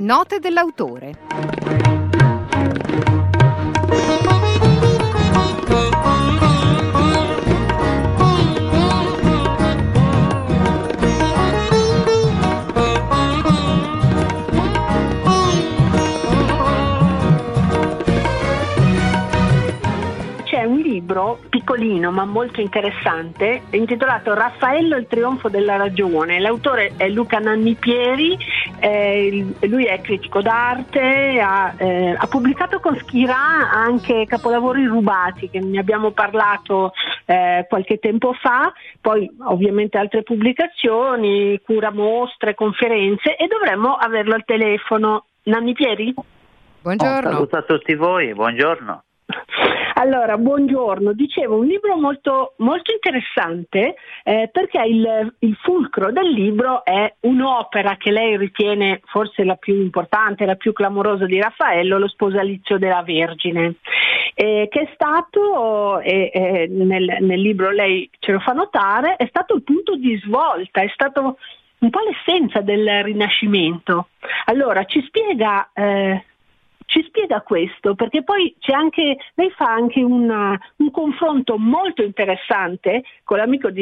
Note dell'autore. C'è un libro piccolino ma molto interessante intitolato Raffaello, il trionfo della ragione. L'autore è Luca Nannipieri, lui è critico d'arte, ha pubblicato con Schirà anche capolavori rubati, che ne abbiamo parlato qualche tempo fa, poi ovviamente altre pubblicazioni, cura mostre, conferenze, e dovremmo averlo al telefono. Nannipieri? Buongiorno. Saluto a tutti voi, buongiorno. Allora, buongiorno. Dicevo, un libro molto, molto interessante perché il fulcro del libro è un'opera che lei ritiene forse la più importante, la più clamorosa di Raffaello, Lo sposalizio della Vergine, che è stato, nel libro lei ce lo fa notare, è stato il punto di svolta, è stato un po' l'essenza del Rinascimento. Allora, ci spiega questo, perché poi lei fa anche un confronto molto interessante con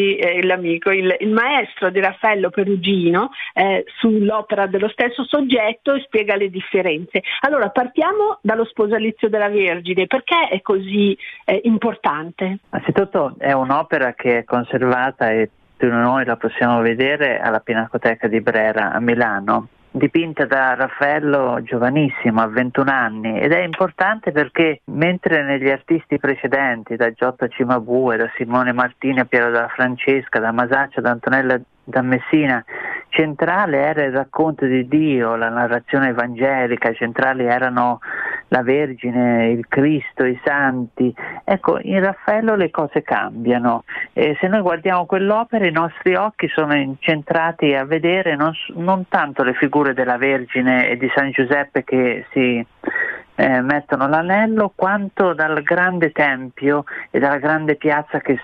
il maestro di Raffaello Perugino sull'opera dello stesso soggetto, e spiega le differenze. Allora, partiamo dallo sposalizio della Vergine. Perché è così importante? Anzitutto è un'opera che è conservata e tutti noi la possiamo vedere alla Pinacoteca di Brera a Milano, dipinta da Raffaello giovanissimo, a 21 anni, ed è importante perché mentre negli artisti precedenti, da Giotto a Cimabue, da Simone Martini a Piero della Francesca, da Masaccio ad Antonella da Messina, centrale era il racconto di Dio, la narrazione evangelica, centrali erano la Vergine, il Cristo, i santi. Ecco, in Raffaello le cose cambiano. Se noi guardiamo quell'opera, i nostri occhi sono incentrati a vedere non tanto le figure della Vergine e di San Giuseppe che si mettono l'anello, quanto dal grande tempio e dalla grande piazza che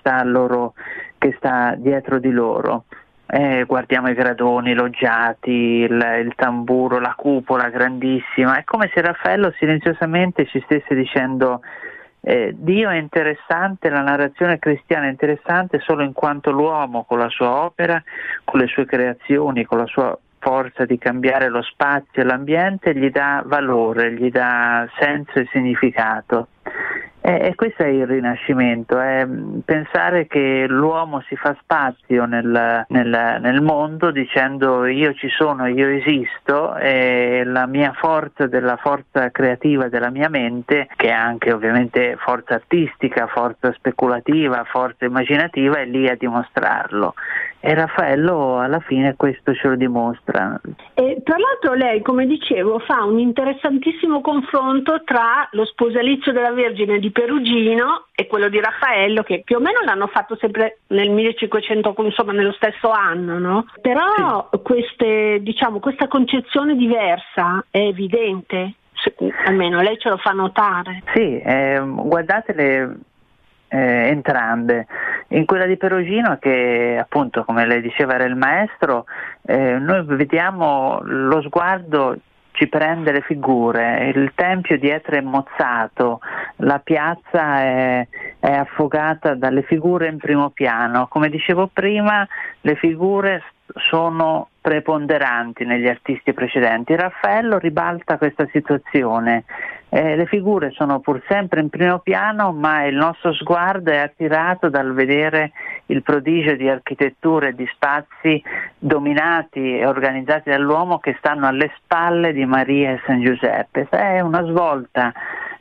sta dietro di loro. Guardiamo i gradoni, i loggiati, il tamburo, la cupola grandissima. È come se Raffaello silenziosamente ci stesse dicendo Dio è interessante, la narrazione cristiana è interessante solo in quanto l'uomo, con la sua opera, con le sue creazioni, con la sua forza di cambiare lo spazio e l'ambiente, gli dà valore, gli dà senso e significato. E questo è il Rinascimento, è pensare che l'uomo si fa spazio nel mondo dicendo io ci sono, io esisto, e la mia forza, della forza creativa della mia mente, che è anche ovviamente forza artistica, forza speculativa, forza immaginativa, è lì a dimostrarlo. E Raffaello alla fine questo ce lo dimostra. E tra l'altro lei, come dicevo, fa un interessantissimo confronto tra lo sposalizio della Vergine di Perugino e quello di Raffaello, che più o meno l'hanno fatto sempre nel 1500, insomma nello stesso anno, no? Però sì, questa concezione diversa è evidente, almeno lei ce lo fa notare. Sì, guardatele entrambe. In quella di Perugino, che appunto come lei diceva era il maestro, noi vediamo lo sguardo ci prende le figure, il tempio dietro è mozzato, la piazza è affogata dalle figure in primo piano. Come dicevo prima, le figure sono preponderanti negli artisti precedenti. Raffaello ribalta questa situazione. Le figure sono pur sempre in primo piano, ma il nostro sguardo è attirato dal vedere il prodigio di architettura e di spazi dominati e organizzati dall'uomo che stanno alle spalle di Maria e San Giuseppe. È una svolta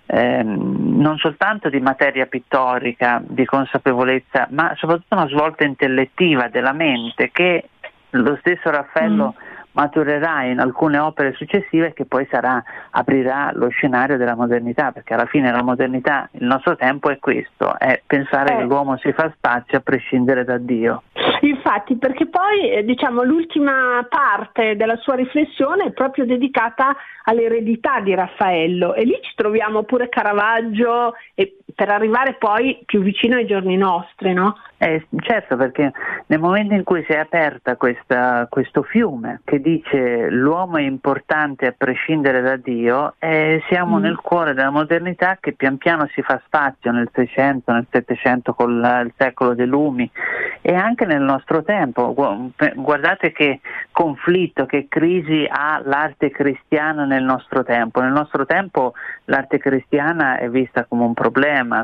non soltanto di materia pittorica, di consapevolezza, ma soprattutto una svolta intellettiva della mente che lo stesso Raffaello maturerà in alcune opere successive, che poi aprirà lo scenario della modernità, perché alla fine la modernità, il nostro tempo è questo, è pensare che l'uomo si fa spazio a prescindere da Dio. Infatti infatti, perché poi diciamo l'ultima parte della sua riflessione è proprio dedicata all'eredità di Raffaello, e lì ci troviamo pure Caravaggio, e per arrivare poi più vicino ai giorni nostri, no? Certo, perché nel momento in cui si è aperta questo fiume che dice l'uomo è importante a prescindere da Dio, siamo nel cuore della modernità che pian piano si fa spazio nel 600, nel 700 con il secolo dei lumi, e anche nel nostro tempo. Guardate che conflitto, che crisi ha l'arte cristiana nel nostro tempo. Nel nostro tempo l'arte cristiana è vista come un problema,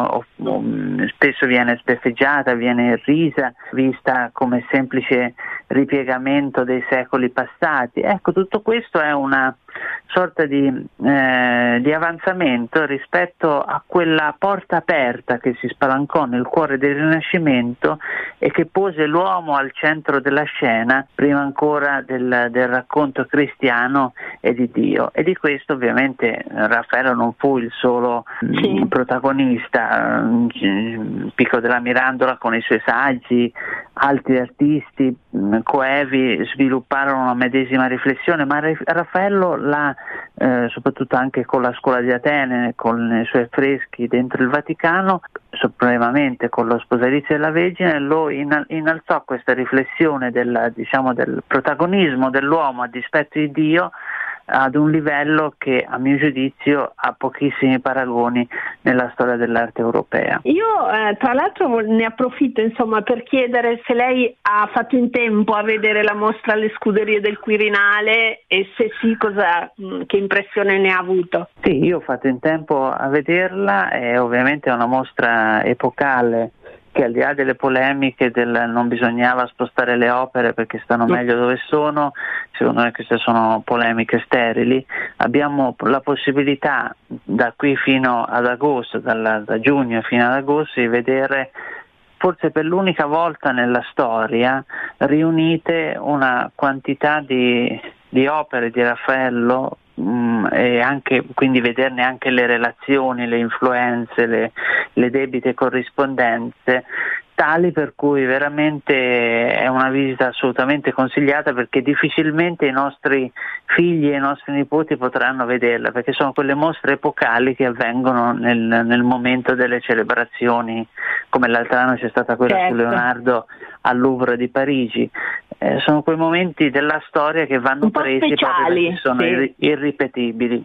spesso viene speffeggiata, viene irrisa, vista come semplice ripiegamento dei secoli passati. Ecco, tutto questo è una sorta di avanzamento rispetto a quella porta aperta che si spalancò nel cuore del Rinascimento e che pose l'uomo al centro della scena prima ancora del racconto cristiano e di Dio. E di questo ovviamente Raffaello non fu il solo protagonista. Pico della Mirandola con i suoi saggi, altri artisti coevi svilupparono la medesima riflessione, ma Raffaello soprattutto anche con la scuola di Atene, con i suoi affreschi dentro il Vaticano, supremamente con lo sposalizio della Vergine, lo innalzò questa riflessione del protagonismo dell'uomo a dispetto di Dio ad un livello che a mio giudizio ha pochissimi paragoni nella storia dell'arte europea. Io tra l'altro ne approfitto per chiedere se lei ha fatto in tempo a vedere la mostra alle Scuderie del Quirinale, e se sì, che impressione ne ha avuto? Sì, io ho fatto in tempo a vederla, e ovviamente è una mostra epocale che al di là delle polemiche non bisognava spostare le opere perché stanno meglio dove sono, secondo me queste sono polemiche sterili. Abbiamo la possibilità da qui fino ad agosto, da giugno fino ad agosto, di vedere forse per l'unica volta nella storia riunite una quantità di opere di Raffaello, e anche quindi vederne anche le relazioni, le influenze, le debite corrispondenze, tali per cui veramente è una visita assolutamente consigliata, perché difficilmente i nostri figli e i nostri nipoti potranno vederla, perché sono quelle mostre epocali che avvengono nel momento delle celebrazioni, come l'altro anno c'è stata quella su Leonardo al Louvre di Parigi. Sono quei momenti della storia che vanno presi speciali, perché sono irripetibili.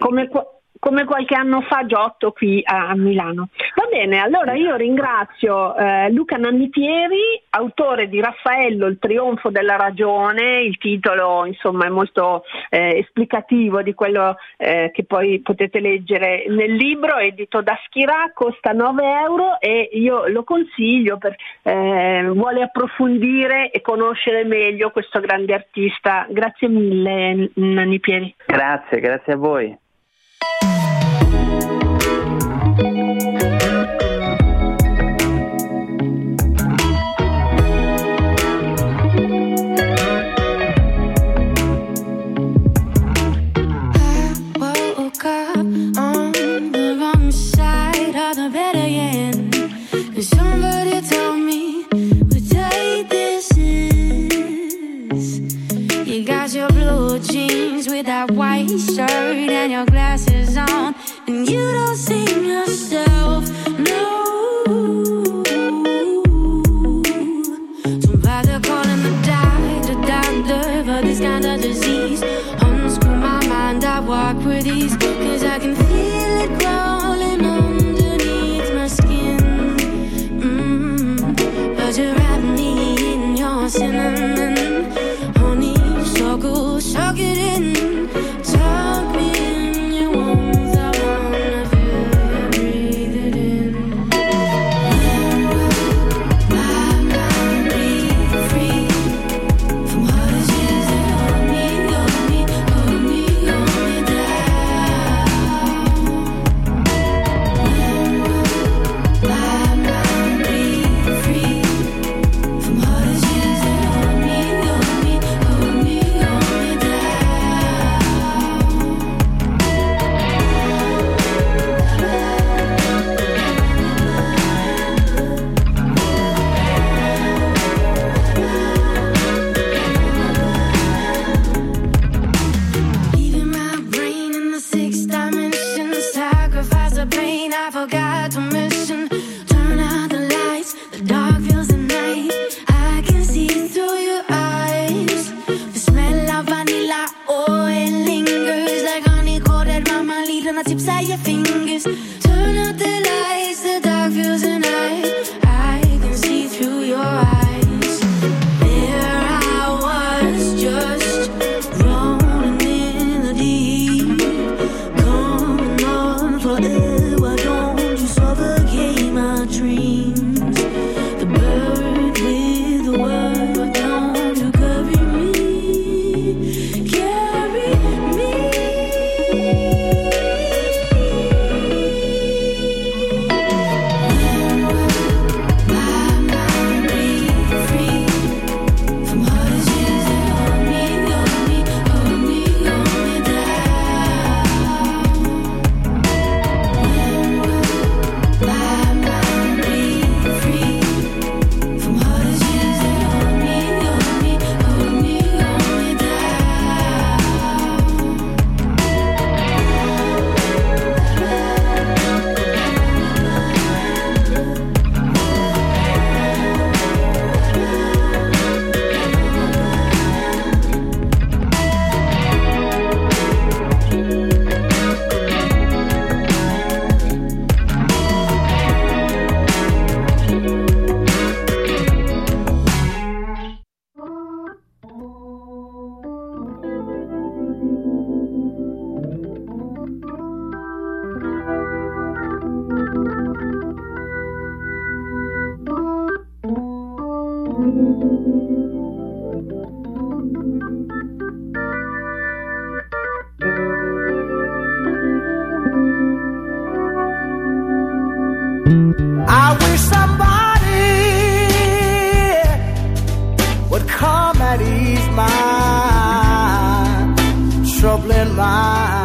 Come qualche anno fa Giotto qui a Milano. Va bene, allora io ringrazio Luca Nannipieri, autore di Raffaello, il trionfo della ragione. Il titolo è molto esplicativo di quello che poi potete leggere nel libro, edito da Schirà, costa 9 euro e io lo consiglio per vuole approfondire e conoscere meglio questo grande artista. Grazie mille Nannipieri. Grazie a voi. Somebody told me what day this is. You got your blue jeans with that white shirt and your glasses on, and you don't seem yourself, no. Somebody calling the doctor for this kind of disease. Unscrew my mind, I walk with ease, 'cause I can feel it crawling underneath my skin. But you wrap me in your cinnamon honey, so cool, suck it in, tuck me in your warmth, I wanna feel, breathe it in. When will my mind be free from all the years that hold me down? us just rolling in the deep, coming on forever. Why don't you suffocate my dreams? The bird with the word, why don't you carry me? Carry me. I wish somebody would come and ease my troubling mind.